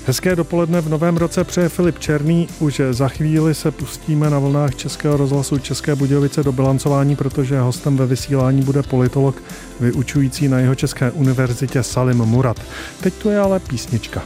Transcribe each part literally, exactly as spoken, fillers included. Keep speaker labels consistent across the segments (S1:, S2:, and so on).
S1: Hezké dopoledne v novém roce přeje Filip Černý. Už za chvíli se pustíme na vlnách Českého rozhlasu České Budějovice do bilancování, protože hostem ve vysílání bude politolog vyučující na Jihočeské univerzitě Salim Murad. Teď tu je ale písnička.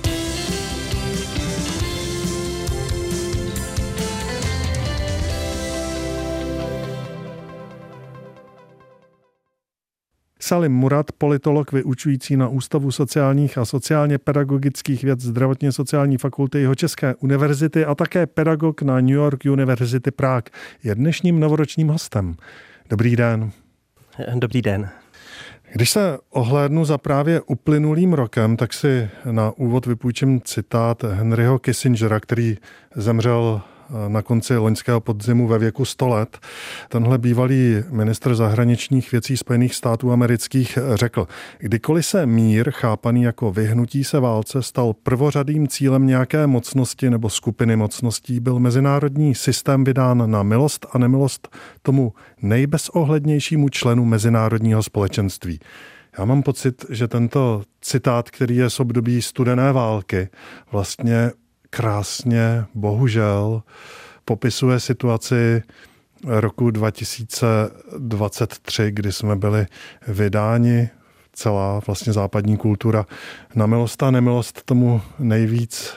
S1: Salim Murad, politolog vyučující na Ústavu sociálních a sociálně pedagogických věd Zdravotně sociální fakulty Jihočeské univerzity a také pedagog na New York University Prague, je dnešním novoročním hostem. Dobrý den.
S2: Dobrý den.
S1: Když se ohlédnu za právě uplynulým rokem, tak si na úvod vypůjčím citát Henryho Kissingera, který zemřel na konci loňského podzimu ve věku sto let. Tenhle bývalý ministr zahraničních věcí Spojených států amerických řekl: kdykoliv se mír, chápaný jako vyhnutí se válce, stal prvořadým cílem nějaké mocnosti nebo skupiny mocností, byl mezinárodní systém vydán na milost a nemilost tomu nejbezohlednějšímu členu mezinárodního společenství. Já mám pocit, že tento citát, který je z období studené války, vlastně krásně, bohužel, popisuje situaci roku dva tisíce dvacet tři, kdy jsme byli vydáni, celá vlastně západní kultura, na milost a nemilost tomu nejvíc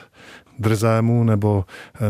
S1: drzému nebo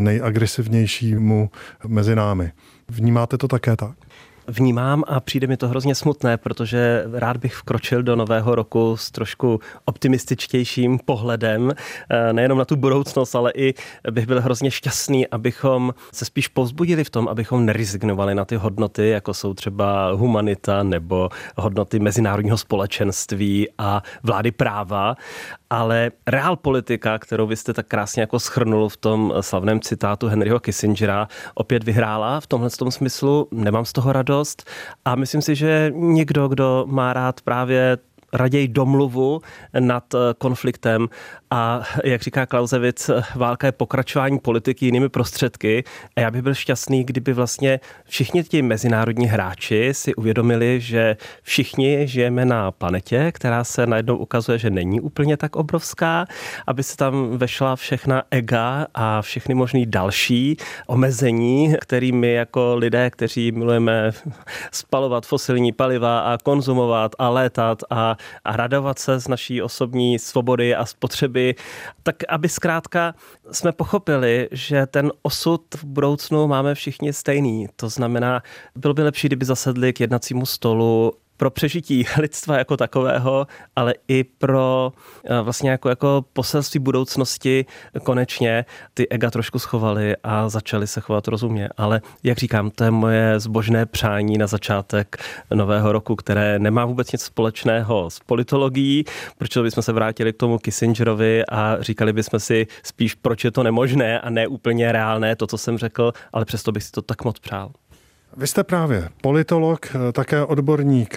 S1: nejagresivnějšímu mezi námi. Vnímáte to také tak?
S2: Vnímám a přijde mi to hrozně smutné, protože rád bych vkročil do nového roku s trošku optimističtějším pohledem, nejenom na tu budoucnost, ale i bych byl hrozně šťastný, abychom se spíš povzbudili v tom, abychom nerezignovali na ty hodnoty, jako jsou třeba humanita nebo hodnoty mezinárodního společenství a vlády práva, ale realpolitika, kterou vy jste tak krásně jako shrnul v tom slavném citátu Henryho Kissingera, opět vyhrála v tomhle tom smyslu. Nemám z toho radost a myslím si, že někdo, kdo má rád právě raději domluvu nad konfliktem a, jak říká Clausewitz, válka je pokračování politiky jinými prostředky a já bych byl šťastný, kdyby vlastně všichni ti mezinárodní hráči si uvědomili, že všichni žijeme na planetě, která se najednou ukazuje, že není úplně tak obrovská, aby se tam vešla všechna ega a všechny možný další omezení, který my jako lidé, kteří milujeme spalovat fosilní paliva a konzumovat a létat a a radovat se z naší osobní svobody a spotřeby, tak aby zkrátka jsme pochopili, že ten osud v budoucnu máme všichni stejný. To znamená, bylo by lepší, kdyby zasedli k jednacímu stolu pro přežití lidstva jako takového, ale i pro vlastně jako, jako poselství budoucnosti konečně ty ega trošku schovali a začali se chovat rozumně. Ale jak říkám, to je moje zbožné přání na začátek nového roku, které nemá vůbec nic společného s politologií, protože bychom se vrátili k tomu Kissingerovi a říkali bychom si spíš, proč je to nemožné a ne úplně reálné, to, co jsem řekl, ale přesto bych si to tak moc přál.
S1: Vy jste právě politolog, také odborník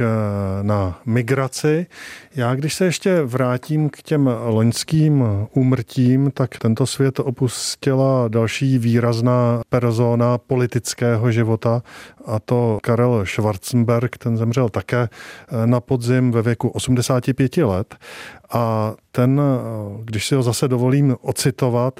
S1: na migraci. Já když se ještě vrátím k těm loňským úmrtím, tak tento svět opustila další výrazná persona politického života, a to Karel Schwarzenberg, ten zemřel také na podzim ve věku osmdesáti pěti let. A ten, když si ho zase dovolím ocitovat,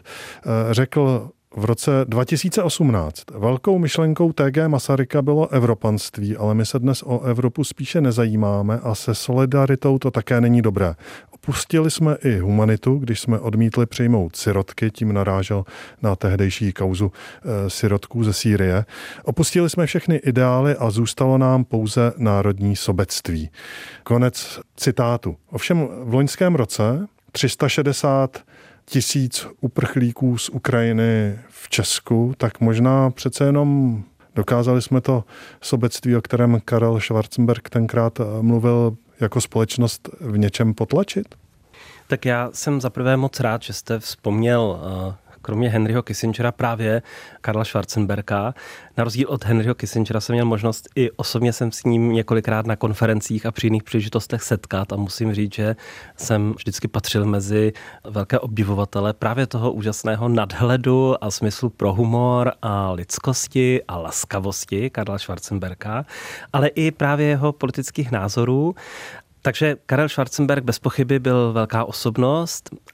S1: řekl v roce dva tisíce osmnáct: velkou myšlenkou T G Masaryka bylo evropanství, ale my se dnes o Evropu spíše nezajímáme a se solidaritou to také není dobré. Opustili jsme i humanitu, když jsme odmítli přijmout sirotky, tím narážel na tehdejší kauzu e, sirotků ze Sýrie. Opustili jsme všechny ideály a zůstalo nám pouze národní sobectví. Konec citátu. Ovšem v loňském roce tři sta šedesát tisíc uprchlíků z Ukrajiny v Česku, tak možná přece jenom dokázali jsme to sobectví, o kterém Karel Schwarzenberg tenkrát mluvil, jako společnost v něčem potlačit?
S2: Tak já jsem zaprvé moc rád, že jste vzpomněl kromě Henryho Kissingera právě Karla Schwarzenberga. Na rozdíl od Henryho Kissingera jsem měl možnost i osobně jsem s ním několikrát na konferencích a při jiných příležitostech setkat a musím říct, že jsem vždycky patřil mezi velké obdivovatele právě toho úžasného nadhledu a smyslu pro humor a lidskosti a laskavosti Karla Schwarzenberga, ale i právě jeho politických názorů. Takže Karel Schwarzenberg bez pochyby byl velká osobnost a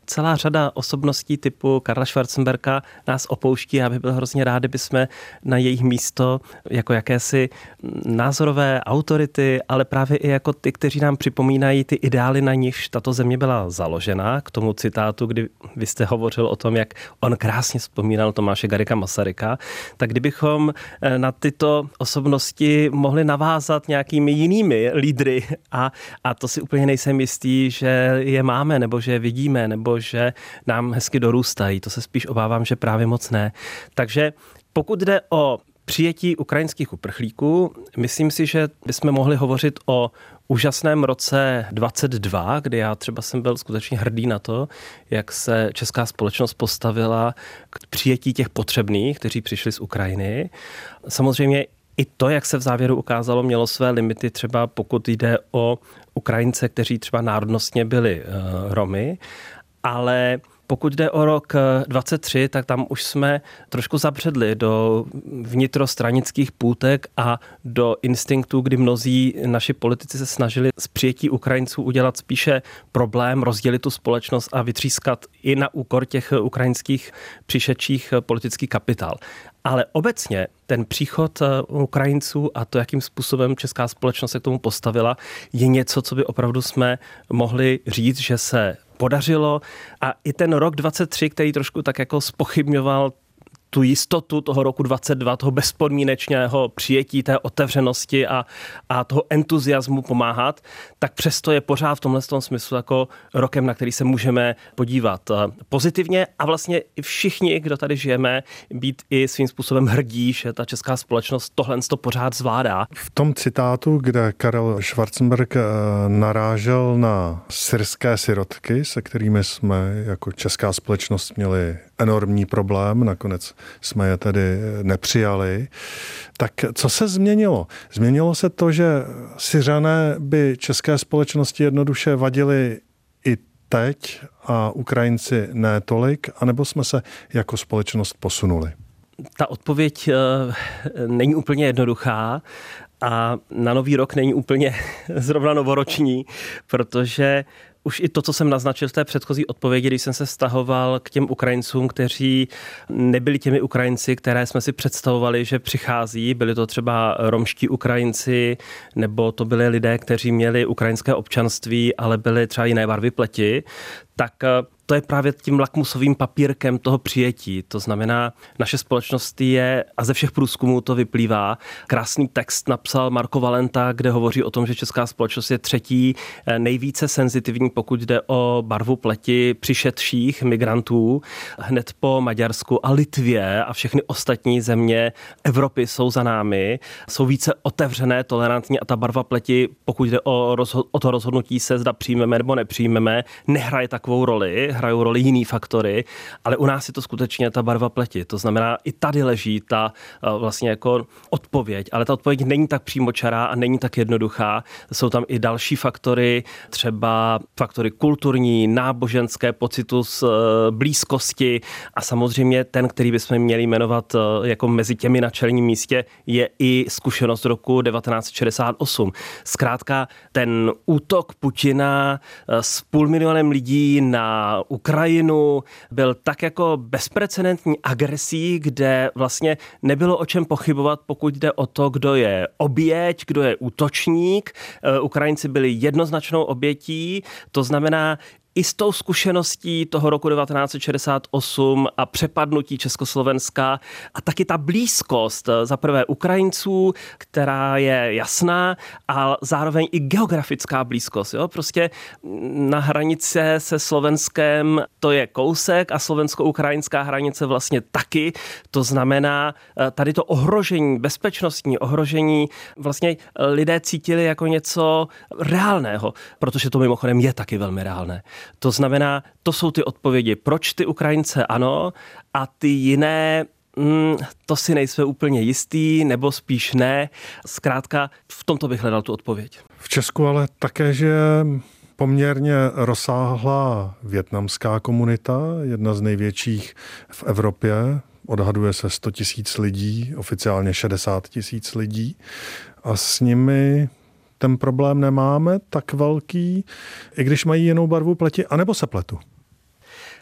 S2: celá řada osobností typu Karla Schwarzenberga nás opouští. Já bych byl hrozně rád, kdyby jsme na jejich místo jako jakési názorové autority, ale právě i jako ty, kteří nám připomínají ty ideály, na nichž tato země byla založena. K tomu citátu, kdy vy jste hovořil o tom, jak on krásně vzpomínal Tomáše Garrigua Masaryka, tak kdybychom na tyto osobnosti mohli navázat nějakými jinými lídry a, a to si úplně nejsem jistý, že je máme, nebo že je vidíme, nebo že nám hezky dorůstají. To se spíš obávám, že právě moc ne. Takže pokud jde o přijetí ukrajinských uprchlíků, myslím si, že bychom mohli hovořit o úžasném roce dvacet dva, kdy já třeba jsem byl skutečně hrdý na to, jak se česká společnost postavila k přijetí těch potřebných, kteří přišli z Ukrajiny. Samozřejmě i to, jak se v závěru ukázalo, mělo své limity, třeba pokud jde o Ukrajince, kteří třeba národnostně byli uh, Romy, ale pokud jde o rok dvacet tři, tak tam už jsme trošku zabředli do vnitrostranických půtek a do instinktů, kdy mnozí naši politici se snažili z přijetí Ukrajinců udělat spíše problém, rozdělit tu společnost a vytřískat i na úkor těch ukrajinských přišedších politický kapitál. Ale obecně ten příchod Ukrajinců a to, jakým způsobem česká společnost se k tomu postavila, je něco, co by opravdu jsme mohli říct, že se podařilo. A i ten rok dvacet tři, který trošku tak jako zpochybňoval tu jistotu toho roku dvacet dva, toho bezpodmínečného přijetí, té otevřenosti a, a toho entuziasmu pomáhat, tak přesto je pořád v tomhle smyslu jako rokem, na který se můžeme podívat pozitivně a vlastně všichni, kdo tady žijeme, být i svým způsobem hrdí, že ta česká společnost tohle to pořád zvládá.
S1: V tom citátu, kde Karel Schwarzenberg narážel na syrské sirotky, se kterými jsme jako česká společnost měli enormní problém, nakonec jsme je tedy nepřijali. Tak co se změnilo? Změnilo se to, že Syřané by české společnosti jednoduše vadili i teď a Ukrajinci ne tolik, anebo jsme se jako společnost posunuli?
S2: Ta odpověď není úplně jednoduchá a na nový rok není úplně zrovna novoroční, protože už i to, co jsem naznačil v té předchozí odpovědi, když jsem se vztahoval k těm Ukrajincům, kteří nebyli těmi Ukrajinci, které jsme si představovali, že přichází. Byli to třeba romští Ukrajinci, nebo to byli lidé, kteří měli ukrajinské občanství, ale byli třeba jiné barvy pleti, tak to je právě tím lakmusovým papírkem toho přijetí. To znamená, naše společnost je, a ze všech průzkumů to vyplývá, krásný text napsal Marko Valenta, kde hovoří o tom, že česká společnost je třetí nejvíce senzitivní, pokud jde o barvu pleti přišedších migrantů, hned po Maďarsku a Litvě a všechny ostatní země Evropy jsou za námi, jsou více otevřené, tolerantní a ta barva pleti, pokud jde o, rozho- o to rozhodnutí se, zda přijmeme nebo nepřijmeme, nehraje takovou roli, hrajou roli jiný faktory, ale u nás je to skutečně ta barva pleti. To znamená, i tady leží ta vlastně jako odpověď, ale ta odpověď není tak přímočará a není tak jednoduchá. Jsou tam i další faktory, třeba faktory kulturní, náboženské, pocitu z blízkosti a samozřejmě ten, který bychom měli jmenovat jako mezi těmi na čelním místě, je i zkušenost roku devatenáct set šedesát osm. Zkrátka ten útok Putina s půl milionem lidí na Ukrajinu byl tak jako bezprecedentní agresí, kde vlastně nebylo o čem pochybovat, pokud jde o to, kdo je oběť, kdo je útočník. Ukrajinci byli jednoznačnou obětí, to znamená, i s tou zkušeností toho roku devatenáct set šedesát osm a přepadnutí Československa a taky ta blízkost za prvé Ukrajinců, která je jasná, a zároveň i geografická blízkost. Jo? Prostě na hranice se Slovenskem to je kousek a slovensko-ukrajinská hranice vlastně taky. To znamená, tady to ohrožení, bezpečnostní ohrožení vlastně lidé cítili jako něco reálného, protože to mimochodem je taky velmi reálné. To znamená, to jsou ty odpovědi. Proč ty Ukrajince ano a ty jiné, mm, to si nejsme úplně jistý, nebo spíš ne. Zkrátka, v tomto bych hledal tu odpověď.
S1: V Česku ale také, že poměrně rozsáhlá vietnamská komunita, jedna z největších v Evropě, odhaduje se sto tisíc lidí, oficiálně šedesát tisíc lidí a s nimi ten problém nemáme tak velký, i když mají jinou barvu pleti, anebo se pletu?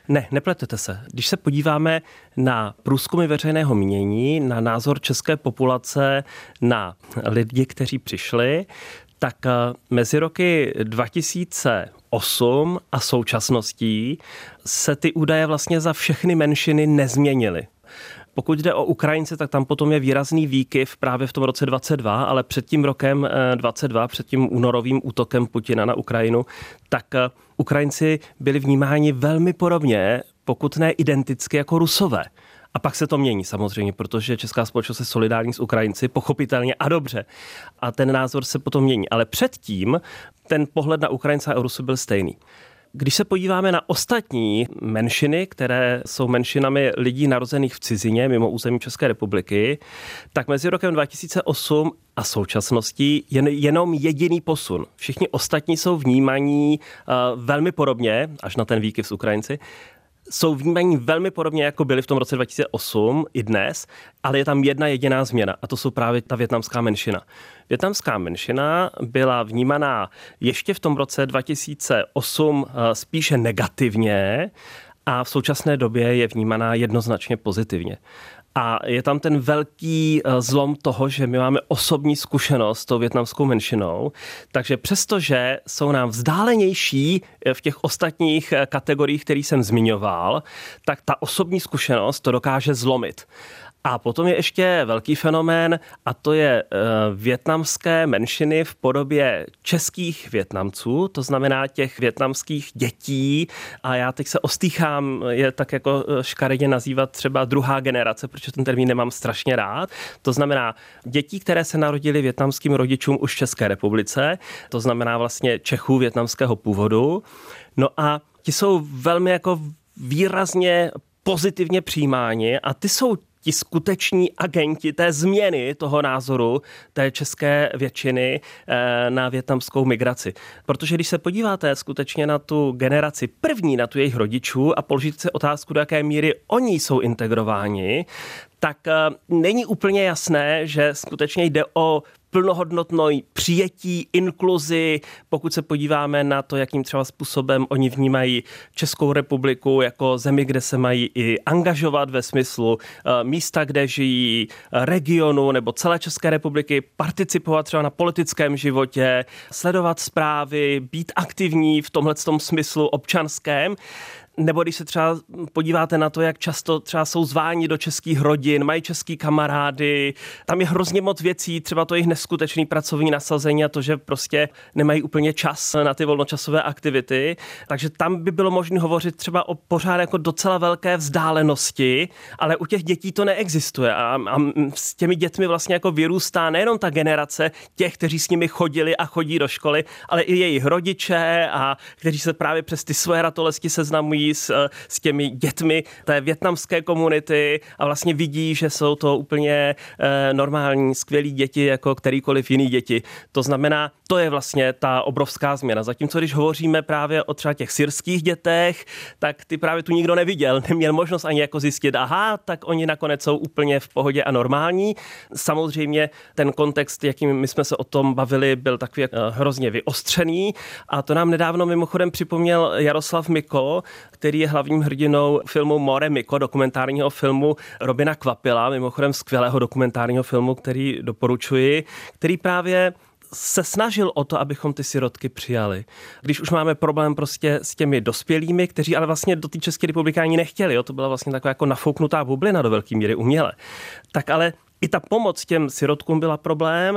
S2: Ne, nepletete se. Když se podíváme na průzkumy veřejného mínění, na názor české populace, na lidi, kteří přišli, tak mezi roky dva tisíce osm a současností se ty údaje vlastně za všechny menšiny nezměnily. Pokud jde o Ukrajince, tak tam potom je výrazný výkyv právě v tom roce dvacet dva, ale před tím rokem dvacet dva, před tím únorovým útokem Putina na Ukrajinu, tak Ukrajinci byli vnímáni velmi podobně, pokud ne identicky jako Rusové. A pak se to mění samozřejmě, protože česká společnost je solidární s Ukrajinci, pochopitelně a dobře. A ten názor se potom mění. Ale předtím ten pohled na Ukrajince a Rusy byl stejný. Když se podíváme na ostatní menšiny, které jsou menšinami lidí narozených v cizině mimo území České republiky, tak mezi rokem dva tisíce osm a současností je jenom jediný posun. Všichni ostatní jsou vnímaní uh, velmi podobně, až na ten výkyv s Ukrajinci, jsou vnímaní velmi podobně, jako byli v tom roce dva tisíce osm i dnes, ale je tam jedna jediná změna a to jsou právě ta vietnamská menšina. Vietnamská menšina byla vnímaná ještě v tom roce dva tisíce osm spíše negativně a v současné době je vnímaná jednoznačně pozitivně. A je tam ten velký zlom toho, že my máme osobní zkušenost s tou vietnamskou menšinou, takže přestože jsou nám vzdálenější v těch ostatních kategoriích, které jsem zmiňoval, tak ta osobní zkušenost to dokáže zlomit. A potom je ještě velký fenomén a to je uh, vietnamské menšiny v podobě českých Vietnamců, to znamená těch vietnamských dětí a já teď se ostýchám je tak jako škaredě nazývat třeba druhá generace, protože ten termín nemám strašně rád. To znamená dětí, které se narodily vietnamským rodičům už v České republice, to znamená vlastně Čechů vietnamského původu. No a ti jsou velmi jako výrazně pozitivně přijímáni a ty jsou ti skuteční agenti té změny toho názoru té české většiny na vietnamskou migraci. Protože když se podíváte skutečně na tu generaci první, na tu jejich rodičů a položíte si otázku, do jaké míry oni jsou integrováni, tak není úplně jasné, že skutečně jde o plnohodnotné přijetí, inkluzi, pokud se podíváme na to, jakým třeba způsobem oni vnímají Českou republiku jako zemi, kde se mají i angažovat ve smyslu místa, kde žijí, regionu nebo celé České republiky, participovat třeba na politickém životě, sledovat zprávy, být aktivní v tomhletom smyslu občanském. Nebo když se třeba podíváte na to, jak často třeba jsou zváni do českých rodin, mají český kamarády, tam je hrozně moc věcí, třeba to jejich neskutečný pracovní nasazení a to, že prostě nemají úplně čas na ty volnočasové aktivity. Takže tam by bylo možné hovořit třeba o pořád jako docela velké vzdálenosti, ale u těch dětí to neexistuje. A, a s těmi dětmi vlastně jako vyrůstá nejenom ta generace těch, kteří s nimi chodili a chodí do školy, ale i jejich rodiče a kteří se právě přes ty svoje ratolesti seznamují S, s těmi dětmi té vietnamské komunity a vlastně vidí, že jsou to úplně eh, normální, skvělí děti jako kterýkoliv jiný děti. To znamená, to je vlastně ta obrovská změna. Zatímco když hovoříme právě o třeba těch syrských dětech, tak ty právě tu nikdo neviděl, neměl možnost ani jako zjistit, aha, tak oni nakonec jsou úplně v pohodě a normální. Samozřejmě ten kontext, jakým my jsme se o tom bavili, byl takový hrozně vyostřený a to nám nedávno mimochodem připomněl Jaroslav Mikl, který je hlavním hrdinou filmu More Mikl, dokumentárního filmu Robina Kvapila, mimochodem skvělého dokumentárního filmu, který doporučuji, který právě se snažil o to, abychom ty sirotky přijali. Když už máme problém prostě s těmi dospělými, kteří ale vlastně do té České republiky ani nechtěli, jo? To byla vlastně taková jako nafouknutá bublina do velké míry uměle. Tak ale i ta pomoc těm sirotkům byla problém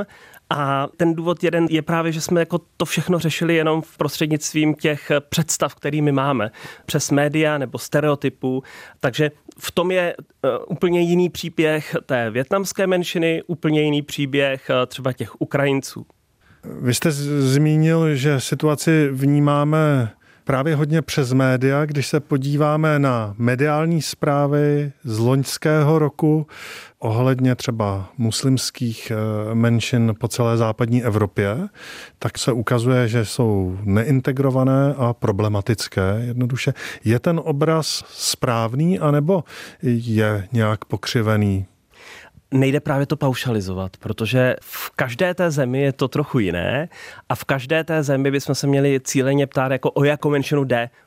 S2: a ten důvod jeden je právě, že jsme jako to všechno řešili jenom v prostřednictvím těch představ, kterými máme, přes média nebo stereotypů. Takže v tom je úplně jiný příběh té vietnamské menšiny, úplně jiný příběh třeba těch Ukrajinců.
S1: Vy jste zmínil, že situaci vnímáme právě hodně přes média. Když se podíváme na mediální zprávy z loňského roku ohledně třeba muslimských menšin po celé západní Evropě, tak se ukazuje, že jsou neintegrované a problematické jednoduše. Je ten obraz správný, anebo je nějak pokřivený?
S2: Nejde právě to paušalizovat, protože v každé té zemi je to trochu jiné a v každé té zemi bychom se měli cíleně ptát, jako o jakou menšinu jde.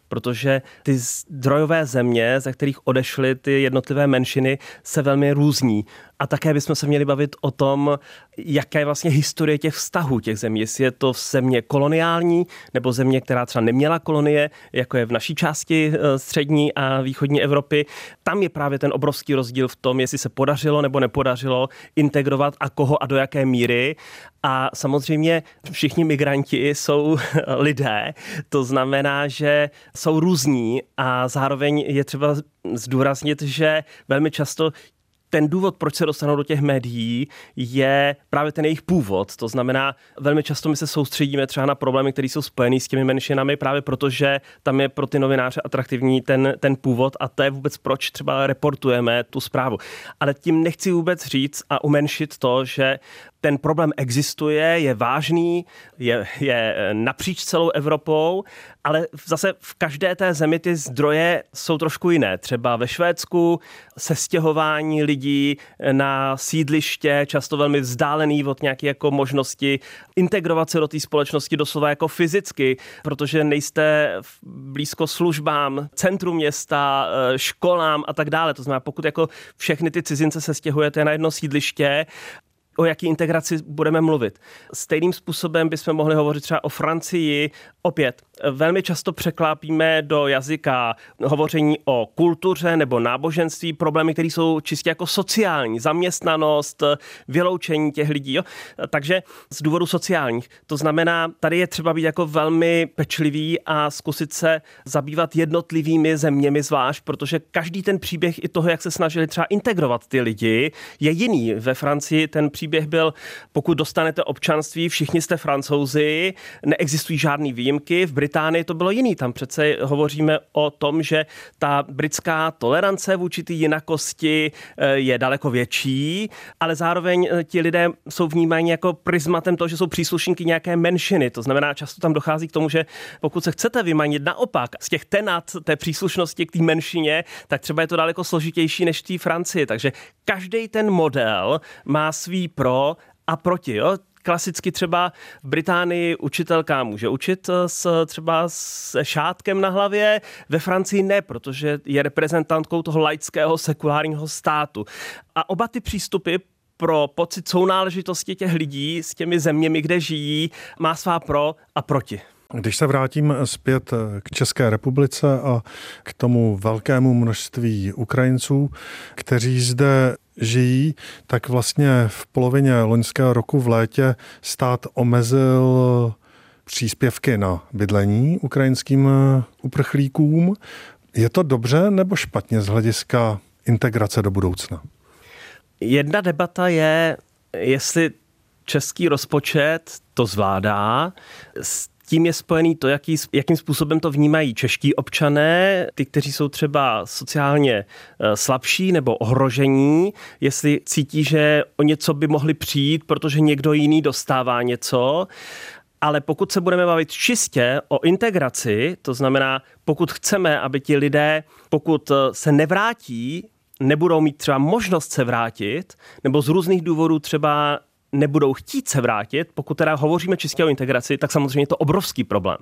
S2: protože ty zdrojové země, ze kterých odešly ty jednotlivé menšiny, se velmi různí. A také bychom se měli bavit o tom, jaká je vlastně historie těch vztahů těch zemí. Jestli je to země koloniální, nebo země, která třeba neměla kolonie, jako je v naší části střední a východní Evropy. Tam je právě ten obrovský rozdíl v tom, jestli se podařilo nebo nepodařilo integrovat a koho a do jaké míry. A samozřejmě všichni migranti jsou lidé, to znamená, že jsou různí a zároveň je třeba zdůraznit, že velmi často ten důvod, proč se dostanou do těch médií, je právě ten jejich původ. To znamená, velmi často my se soustředíme třeba na problémy, které jsou spojené s těmi menšinami, právě protože tam je pro ty novináře atraktivní ten, ten původ a to je vůbec proč třeba reportujeme tu zprávu. Ale tím nechci vůbec říct a umenšit to, že ten problém existuje, je vážný, je, je napříč celou Evropou, ale zase v každé té zemi ty zdroje jsou trošku jiné. Třeba ve Švédsku sestěhování lidí na sídliště, často velmi vzdálený od nějaké jako možnosti integrovat se do té společnosti doslova jako fyzicky, protože nejste blízko službám, centru města, školám a tak dále. To znamená, pokud jako všechny ty cizince sestěhujete na jedno sídliště, o jaký integraci budeme mluvit. Stejným způsobem bychom mohli hovořit třeba o Francii. Opět, velmi často překlápíme do jazyka hovoření o kultuře nebo náboženství problémy, které jsou čistě jako sociální, zaměstnanost, vyloučení těch lidí. Jo? Takže z důvodu sociálních. To znamená, tady je třeba být jako velmi pečlivý a zkusit se zabývat jednotlivými zeměmi zvlášť, protože každý ten příběh i toho, jak se snažili třeba integrovat ty lidi, je jiný. Ve Francii ten příběh byl, pokud dostanete občanství, všichni jste Francouzi, neexistují žádný výjimky. V Británii to bylo jiný. Tam přece hovoříme o tom, že ta britská tolerance vůči té jinakosti je daleko větší, ale zároveň ti lidé jsou vnímáni jako prismatem toho, že jsou příslušníky nějaké menšiny. To znamená, často tam dochází k tomu, že pokud se chcete vymanit naopak z těch tenat té příslušnosti k té menšině, tak třeba je to daleko složitější než v té Francii. Takže každý ten model má svý pro a proti. Jo? Klasicky třeba v Británii učitelka může učit s, třeba se šátkem na hlavě, ve Francii ne, protože je reprezentantkou toho laického sekulárního státu. A oba ty přístupy pro pocit sounáležitosti těch lidí s těmi zeměmi, kde žijí, má svá pro a proti.
S1: Když se vrátím zpět k České republice a k tomu velkému množství Ukrajinců, kteří zde žijí, tak vlastně v polovině loňského roku v létě stát omezil příspěvky na bydlení ukrajinským uprchlíkům. Je to dobře nebo špatně z hlediska integrace do budoucna?
S2: Jedna debata je, jestli český rozpočet to zvládá. S tím je spojený to, jaký, jakým způsobem to vnímají čeští občané, ty, kteří jsou třeba sociálně slabší nebo ohrožení, jestli cítí, že o něco by mohli přijít, protože někdo jiný dostává něco. Ale pokud se budeme bavit čistě o integraci, to znamená, pokud chceme, aby ti lidé, pokud se nevrátí, nebudou mít třeba možnost se vrátit, nebo z různých důvodů třeba nebudou chtít se vrátit, pokud teda hovoříme čistě o integraci, tak samozřejmě je to obrovský problém.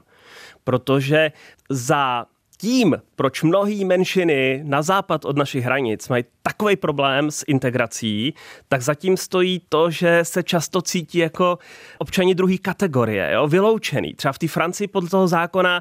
S2: Protože za tím, proč mnohé menšiny na západ od našich hranic mají takový problém s integrací, tak zatím stojí to, že se často cítí jako občani druhé kategorie, jo, vyloučený. Třeba v té Francii podle toho zákona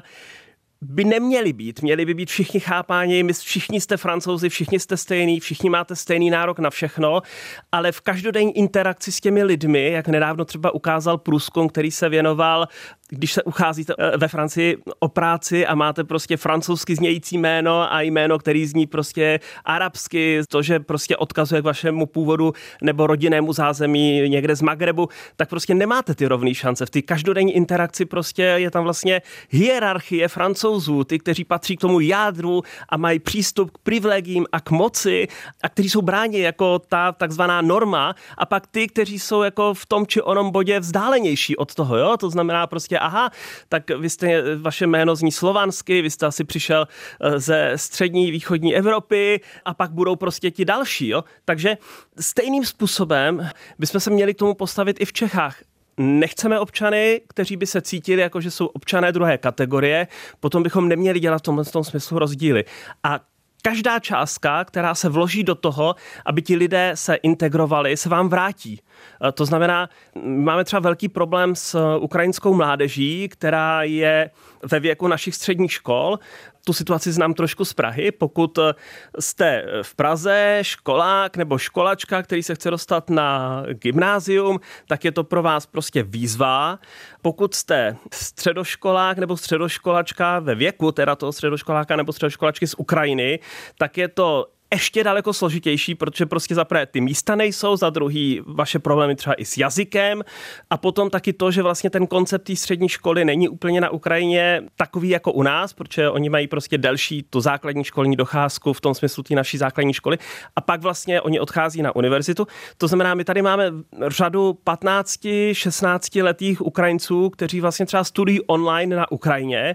S2: by neměli být. Měli by být všichni chápáni, my všichni jste Francouzi, všichni jste stejný, všichni máte stejný nárok na všechno, ale v každodenní interakci s těmi lidmi, jak nedávno třeba ukázal průzkum, který se věnoval, když se ucházíte ve Francii o práci a máte prostě francouzsky znějící jméno a jméno, který zní prostě arabsky, to, že prostě odkazuje k vašemu původu nebo rodinnému zázemí někde z Magrebu, tak prostě nemáte ty rovné šance. V té každodenní interakci prostě je tam vlastně hierarchie Francouzů, ty, kteří patří k tomu jádru a mají přístup k privilegiím a k moci a kteří jsou bráni jako ta takzvaná norma, a pak ty, kteří jsou jako v tom či onom bodě vzdálenější od toho, jo? To znamená prostě aha, tak vy jste, vaše jméno zní slovansky, vy jste asi přišel ze střední, východní Evropy a pak budou prostě ti další, jo. Takže stejným způsobem bychom se měli k tomu postavit i v Čechách. nechceme občany, kteří by se cítili jako, že jsou občané druhé kategorie, potom bychom neměli dělat v tomhle tom smyslu rozdíly. A každá částka, která se vloží do toho, aby ti lidé se integrovali, se vám vrátí. To znamená, máme třeba velký problém s ukrajinskou mládeží, která je ve věku našich středních škol. Tu situaci znám trošku z Prahy. Pokud jste v Praze školák nebo školačka, který se chce dostat na gymnázium, tak je to pro vás prostě výzva. Pokud jste středoškolák nebo středoškolačka ve věku teda toho středoškoláka nebo středoškolačky z Ukrajiny, tak je to ještě daleko složitější, protože prostě za prvé ty místa nejsou, za druhý vaše problémy třeba i s jazykem a potom taky to, že vlastně ten koncept té střední školy není úplně na Ukrajině takový jako u nás, protože oni mají prostě delší tu základní školní docházku v tom smyslu té naší základní školy a pak vlastně oni odchází na univerzitu. To znamená, my tady máme řadu patnáct šestnáct letých Ukrajinců, kteří vlastně třeba studují online na Ukrajině,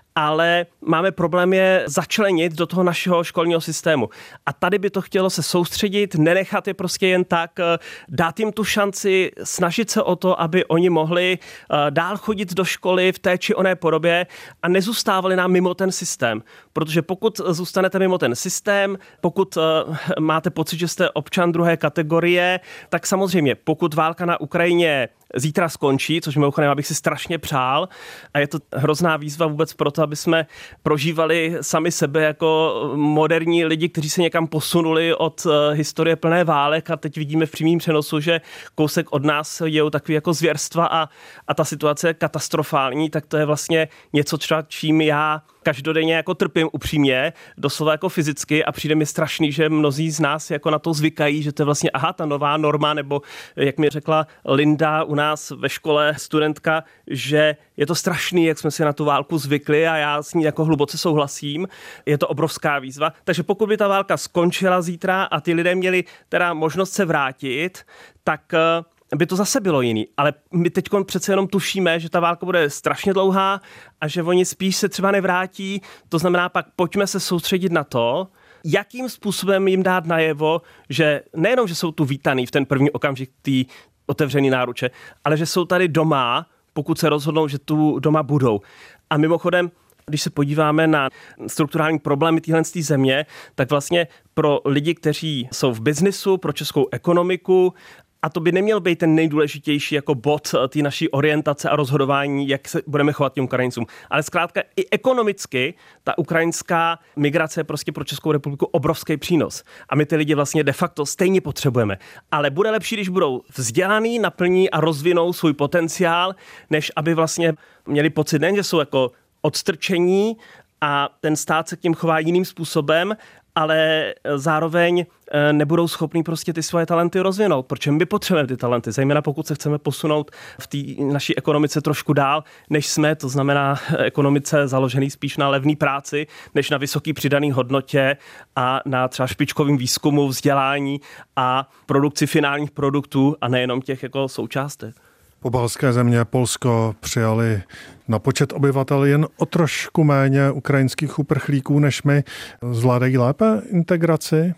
S2: ale máme problém je začlenit do toho našeho školního systému. A tady by to chtělo se soustředit, nenechat je prostě jen tak, dát jim tu šanci, snažit se o to, aby oni mohli dál chodit do školy v té či oné podobě a nezůstávali nám mimo ten systém. Protože pokud zůstanete mimo ten systém, pokud máte pocit, že jste občan druhé kategorie, tak samozřejmě, pokud válka na Ukrajině zítra skončí, což mimochodem abych si strašně přál a je to hrozná výzva vůbec proto, aby jsme prožívali sami sebe jako moderní lidi, kteří se někam posunuli od historie plné válek a teď vidíme v přímém přenosu, že kousek od nás dějou takový jako zvěrstva a, a ta situace je katastrofální, tak to je vlastně něco, třeba čím já každodenně jako trpím upřímně, doslova jako fyzicky a přijde mi strašný, že mnozí z nás jako na to zvykají, že to je vlastně aha, ta nová norma, nebo jak mi řekla Linda u nás ve škole, studentka, že je to strašný, jak jsme si na tu válku zvykli a já s ní jako hluboce souhlasím. Je to obrovská výzva. Takže pokud by ta válka skončila zítra a ty lidé měli teda možnost se vrátit, tak by to zase bylo jiný. Ale my teď přece jenom tušíme, že ta válka bude strašně dlouhá a že oni spíš se třeba nevrátí. To znamená, pak pojďme se soustředit na to, jakým způsobem jim dát najevo, že nejenom, že jsou tu vítaný v ten první okamžik tý otevřený náruče, ale že jsou tady doma, pokud se rozhodnou, že tu doma budou. A mimochodem, když se podíváme na strukturální problémy téhle země, tak vlastně pro lidi, kteří jsou v biznisu, pro českou ekonomiku, a to by neměl být ten nejdůležitější jako bod té naší orientace a rozhodování, jak se budeme chovat těm Ukrajincům. Ale zkrátka i ekonomicky ta ukrajinská migrace je prostě pro Českou republiku obrovský přínos. A my ty lidi vlastně de facto stejně potřebujeme. Ale bude lepší, když budou vzdělaný, naplní a rozvinou svůj potenciál, než aby vlastně měli pocit, nejen, že jsou jako odstrčení a ten stát se k těm chová jiným způsobem, ale zároveň nebudou schopní prostě ty svoje talenty rozvinout. Proč my potřebujeme ty talenty? Zejména pokud se chceme posunout v té naší ekonomice trošku dál, než jsme, to znamená ekonomice založený spíš na levné práci, než na vysoký přidaný hodnotě a na třeba špičkovým výzkumu, vzdělání a produkci finálních produktů a nejenom těch jako součástek.
S1: Pobaltské země, Polsko přijali na počet obyvatel jen o trošku méně ukrajinských uprchlíků než my. Zvládají lépe integraci?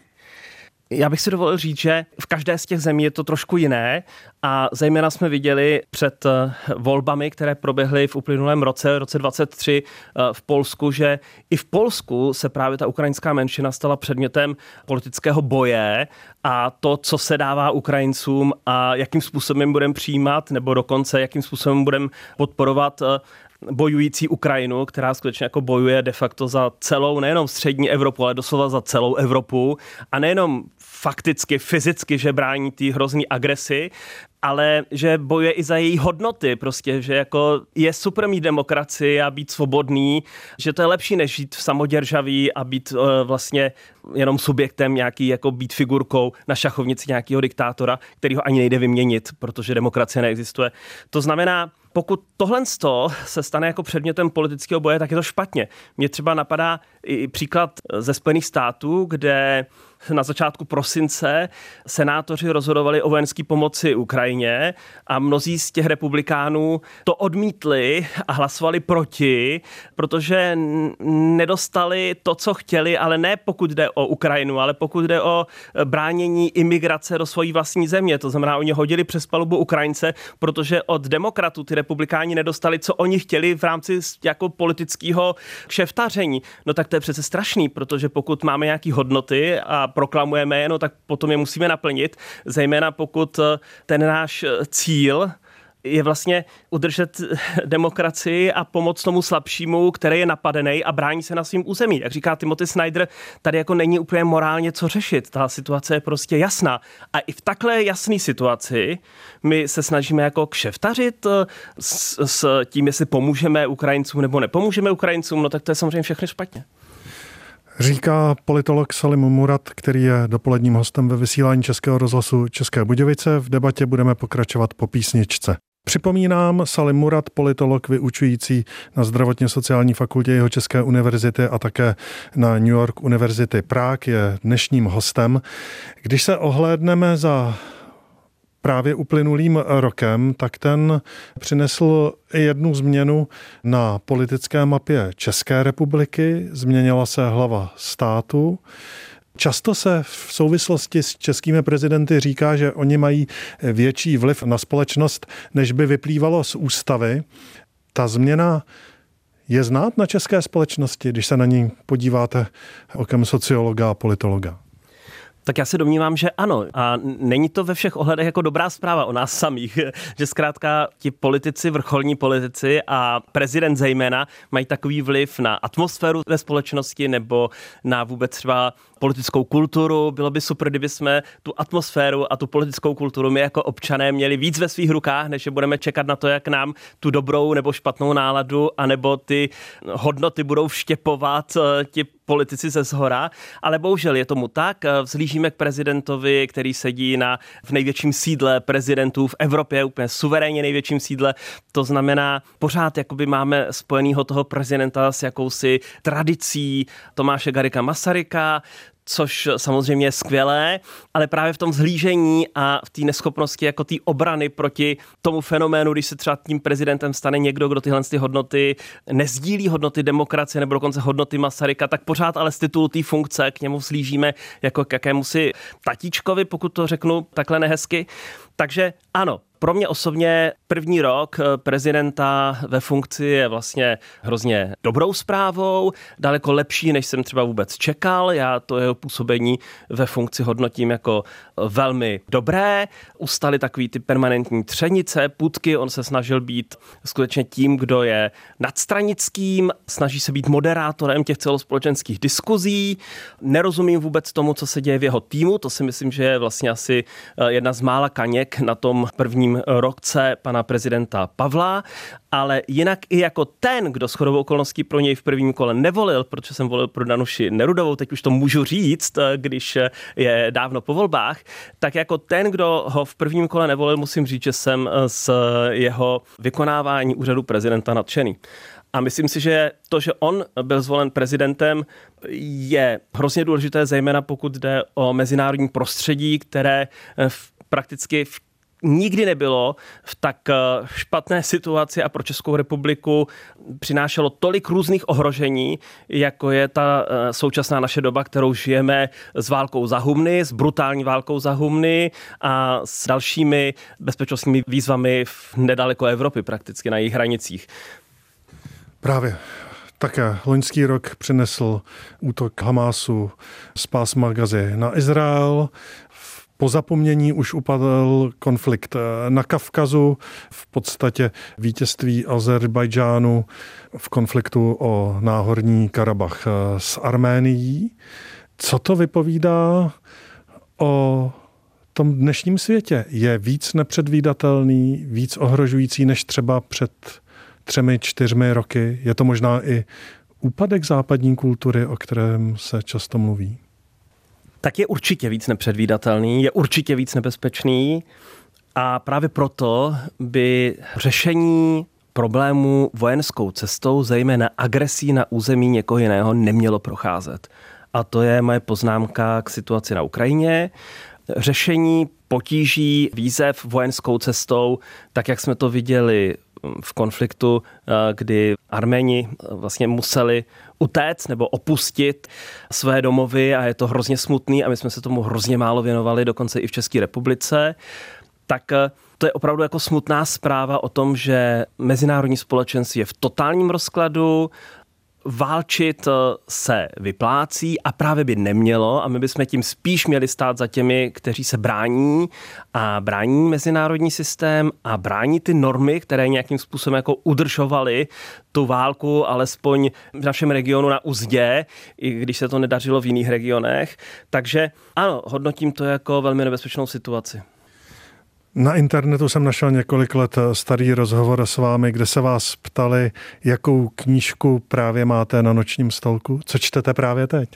S2: Já bych si dovolil říct, že v každé z těch zemí je to trošku jiné a zejména jsme viděli před volbami, které proběhly v uplynulém roce, roce dvacet tři v Polsku, že i v Polsku se právě ta ukrajinská menšina stala předmětem politického boje a to, co se dává Ukrajincům a jakým způsobem budeme přijímat, nebo dokonce jakým způsobem budeme podporovat bojující Ukrajinu, která skutečně jako bojuje de facto za celou, nejenom střední Evropu, ale doslova za celou Evropu a nejenom fakticky, fyzicky, že brání té hrozný agresi, ale že bojuje i za její hodnoty, prostě, že jako je super mít demokracii a být svobodný, že to je lepší, než žít v samoděržaví a být uh, vlastně jenom subjektem nějaký, jako být figurkou na šachovnici nějakého diktátora, kterýho ani nejde vyměnit, protože demokracie neexistuje. To znamená, pokud tohle se stane jako předmětem politického boje, tak je to špatně. Mně třeba napadá i příklad ze Spojených států, kde na začátku prosince senátoři rozhodovali o vojenské pomoci Ukrajině a mnozí z těch republikánů to odmítli a hlasovali proti, protože nedostali to, co chtěli, ale ne pokud jde o Ukrajinu, ale pokud jde o bránění imigrace do svojí vlastní země. To znamená, oni hodili přes palubu Ukrajince, protože od demokratů ty republikáni nedostali, co oni chtěli v rámci jako politického kšeftaření. No tak to je přece strašný, protože pokud máme nějaké hodnoty a proklamujeme je, no tak potom je musíme naplnit, zejména pokud ten náš cíl je vlastně udržet demokracii a pomoct tomu slabšímu, který je napadený a brání se na svým území. Jak říká Timothy Snyder, tady jako není úplně morálně co řešit. Ta situace je prostě jasná. A i v takhle jasné situaci my se snažíme jako kšeftařit s, s tím, jestli pomůžeme Ukrajincům nebo nepomůžeme Ukrajincům, no tak to je samozřejmě všechno špatně.
S1: Říká politolog Salim Murad, který je dopoledním hostem ve vysílání Českého rozhlasu České Budějovice. V debatě budeme pokračovat po písničce. Připomínám, Salim Murad, politolog vyučující na zdravotně sociální fakultě Jihočeské univerzity a také na New York University Prague, je dnešním hostem. Když se ohlédneme za právě uplynulým rokem, tak ten přinesl jednu změnu na politické mapě České republiky. Změnila se hlava státu. Často se v souvislosti s českými prezidenty říká, že oni mají větší vliv na společnost, než by vyplývalo z ústavy. Ta změna je znát na české společnosti, když se na ní podíváte okem sociologa a politologa?
S2: Tak já se domnívám, že ano. A není to ve všech ohledech jako dobrá zpráva o nás samých, že zkrátka ti politici, vrcholní politici a prezident zejména mají takový vliv na atmosféru ve společnosti nebo na vůbec třeba politickou kulturu. Bylo by super, kdyby jsme tu atmosféru a tu politickou kulturu my jako občané měli víc ve svých rukách, než že budeme čekat na to, jak nám tu dobrou nebo špatnou náladu anebo ty hodnoty budou vštěpovat ti politici ze zhora. Ale bohužel je tomu tak. Vzhlížíme k prezidentovi, který sedí na, v největším sídle prezidentů v Evropě, úplně suverénně největším sídle. To znamená, pořád jakoby máme spojenýho toho prezidenta s jakousi tradicí Tomáše Garrigua Masaryka, což samozřejmě je skvělé, ale právě v tom zhlížení a v té neschopnosti jako té obrany proti tomu fenoménu, když se třeba tím prezidentem stane někdo, kdo tyhle ty hodnoty nezdílí, hodnoty demokracie nebo dokonce hodnoty Masaryka, tak pořád ale z titulu té funkce k němu vzhlížíme jako k jakémusi tatíčkovi, pokud to řeknu takhle nehezky. Takže ano, pro mě osobně první rok prezidenta ve funkci je vlastně hrozně dobrou zprávou, daleko lepší, než jsem třeba vůbec čekal. Já to jeho působení ve funkci hodnotím jako velmi dobré. Ustaly takový ty permanentní třenice, půtky, on se snažil být skutečně tím, kdo je nadstranickým, snaží se být moderátorem těch celospolečenských diskuzí. Nerozumím vůbec tomu, co se děje v jeho týmu, to si myslím, že je vlastně asi jedna z mála kaněk na tom prvním roce pana prezidenta Pavla, ale jinak i jako ten, kdo shodou okolností pro něj v prvním kole nevolil, protože jsem volil pro Danuši Nerudovou, teď už to můžu říct, když je dávno po volbách, tak jako ten, kdo ho v prvním kole nevolil, musím říct, že jsem z jeho vykonávání úřadu prezidenta nadšený. A myslím si, že to, že on byl zvolen prezidentem, je hrozně důležité, zejména pokud jde o mezinárodní prostředí, které v prakticky v nikdy nebylo v tak špatné situaci a pro Českou republiku přinášelo tolik různých ohrožení, jako je ta současná naše doba, kterou žijeme s válkou za humny, s brutální válkou za humny a s dalšími bezpečnostními výzvami v nedaleko Evropy, prakticky na jejich hranicích.
S1: Právě. Také loňský rok přinesl útok Hamásu z pásma Gazy na Izrael. Po zapomnění už upadl konflikt na Kavkazu, v podstatě vítězství Azerbajdžánu v konfliktu o Náhorní Karabach s Arménií. Co to vypovídá o tom dnešním světě? Je víc nepředvídatelný, víc ohrožující než třeba před třemi, čtyřmi roky? Je to možná i úpadek západní kultury, o kterém se často mluví?
S2: Tak je určitě víc nepředvídatelný, je určitě víc nebezpečný a právě proto by řešení problémů vojenskou cestou, zejména agresí na území někoho jiného, nemělo procházet. a to je moje poznámka k situaci na Ukrajině. Řešení potíží, výzev vojenskou cestou, tak jak jsme to viděli v konfliktu, kdy Arméni vlastně museli utéct nebo opustit své domovy a je to hrozně smutný a my jsme se tomu hrozně málo věnovali, dokonce i v České republice, tak to je opravdu jako smutná zpráva o tom, že mezinárodní společenství je v totálním rozkladu, válčit se vyplácí a právě by nemělo a my bychom tím spíš měli stát za těmi, kteří se brání a brání mezinárodní systém a brání ty normy, které nějakým způsobem jako udržovaly tu válku alespoň v našem regionu na uzdě, i když se to nedařilo v jiných regionech. Takže ano, hodnotím to jako velmi nebezpečnou situaci.
S1: Na internetu jsem našel několik let starý rozhovor s vámi, kde se vás ptali, jakou knížku právě máte na nočním stolku. Co čtete právě teď?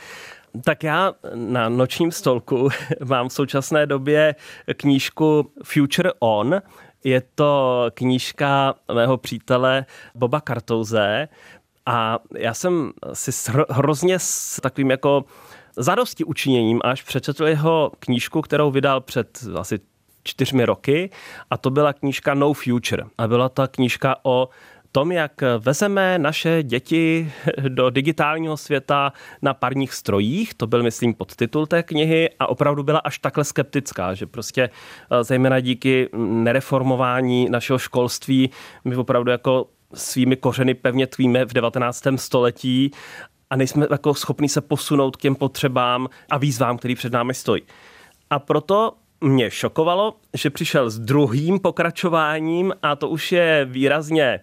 S2: Tak já na nočním stolku mám v současné době knížku Future On. Je to knížka mého přítele Boba Kartouse a já jsem si hrozně s takovým jako zadosti učiněním až přečetl jeho knížku, kterou vydal před asi čtyřmi roky a to byla knížka No Future. A byla ta knížka o tom, jak vezeme naše děti do digitálního světa na parních strojích. To byl, myslím, podtitul té knihy a opravdu byla až takhle skeptická, že prostě zejména díky nereformování našeho školství my opravdu jako svými kořeny pevně tvíme v devatenáctém století a nejsme jako schopni se posunout k těm potřebám a výzvám, který před námi stojí. A proto mě šokovalo, že přišel s druhým pokračováním a to už je výrazně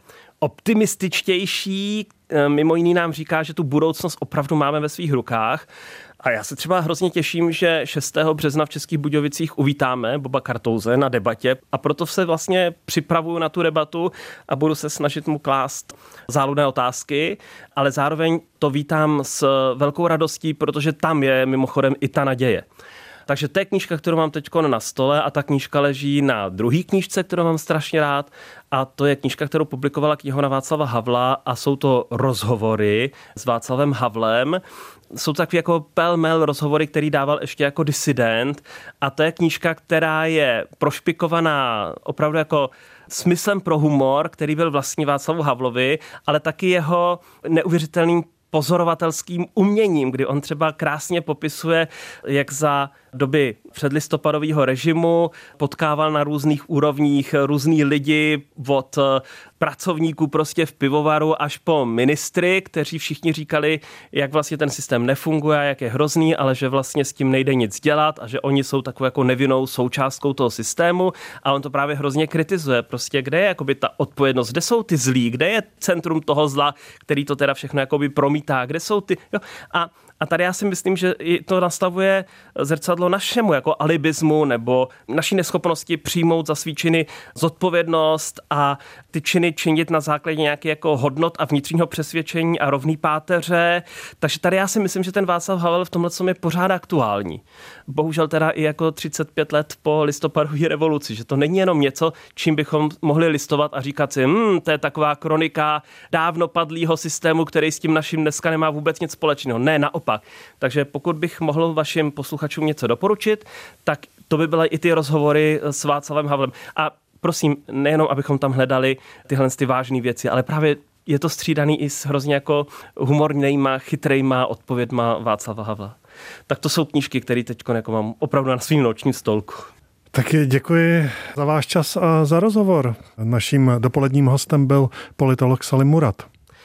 S2: optimističtější. Mimo jiný nám říká, že tu budoucnost opravdu máme ve svých rukách. A já se třeba hrozně těším, že šestého března v Českých Budějovicích uvítáme Boba Kartouse na debatě a proto se vlastně připravuju na tu debatu a budu se snažit mu klást záludné otázky, ale zároveň to vítám s velkou radostí, protože tam je mimochodem i ta naděje. Takže to je knížka, kterou mám teď na stole a ta knížka leží na druhý knížce, kterou mám strašně rád a to je knížka, kterou publikovala knihovna Václava Havla a jsou to rozhovory s Václavem Havlem. Jsou to takové jako pelmel rozhovory, který dával ještě jako disident a to je knížka, která je prošpikovaná opravdu jako smyslem pro humor, který byl vlastní Václavu Havlovi, ale taky jeho neuvěřitelným pozorovatelským uměním, kdy on třeba krásně popisuje, jak za doby předlistopadového režimu potkával na různých úrovních různý lidi od pracovníků prostě v pivovaru až po ministry, kteří všichni říkali, jak vlastně ten systém nefunguje, jak je hrozný, ale že vlastně s tím nejde nic dělat a že oni jsou takovou jako nevinnou součástkou toho systému a on to právě hrozně kritizuje. Prostě kde je jakoby ta odpovědnost, kde jsou ty zlí, kde je centrum toho zla, který to teda všechno jakoby promítá, kde jsou ty... Jo? A A tady já si myslím, že to nastavuje zrcadlo našemu jako alibismu nebo naší neschopnosti přijmout za svý činy zodpovědnost a ty činy činit na základě nějakých jako hodnot a vnitřního přesvědčení a rovný páteře. Takže tady já si myslím, že ten Václav Havel v tomhle je pořád aktuální. Bohužel teda i jako třicet pět let po listopadové revoluci, že to není jenom něco, čím bychom mohli listovat a říkat si, hm, to je taková kronika dávno padlýho systému, který s tím naším dneska nemá vůbec nic společného. Ne, naopak. Takže pokud bych mohl vašim posluchačům něco doporučit, tak to by byly i ty rozhovory s Václavem Havlem. A prosím, nejenom, abychom tam hledali tyhle ty vážné věci, ale právě je to střídaný i s hrozně jako humornejma, chytrejma odpovědma Václava Havla. Tak to jsou knížky, které teď jako mám opravdu na svým nočním stolku.
S1: Taky děkuji za váš čas a za rozhovor. Naším dopoledním hostem byl politolog Salim Murad.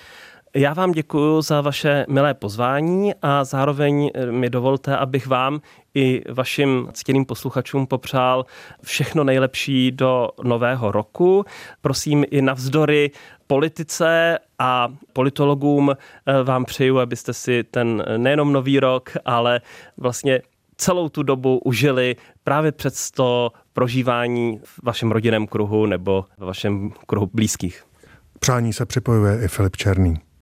S2: Já vám děkuji za vaše milé pozvání a zároveň mi dovolte, abych vám i vašim ctěným posluchačům popřál všechno nejlepší do nového roku. Prosím i navzdory politice a politologům vám přeju, abyste si ten nejenom nový rok, ale vlastně celou tu dobu užili právě před to prožívání v vašem rodinném kruhu nebo v vašem kruhu blízkých.
S1: Přání se připojuje i Filip Černý.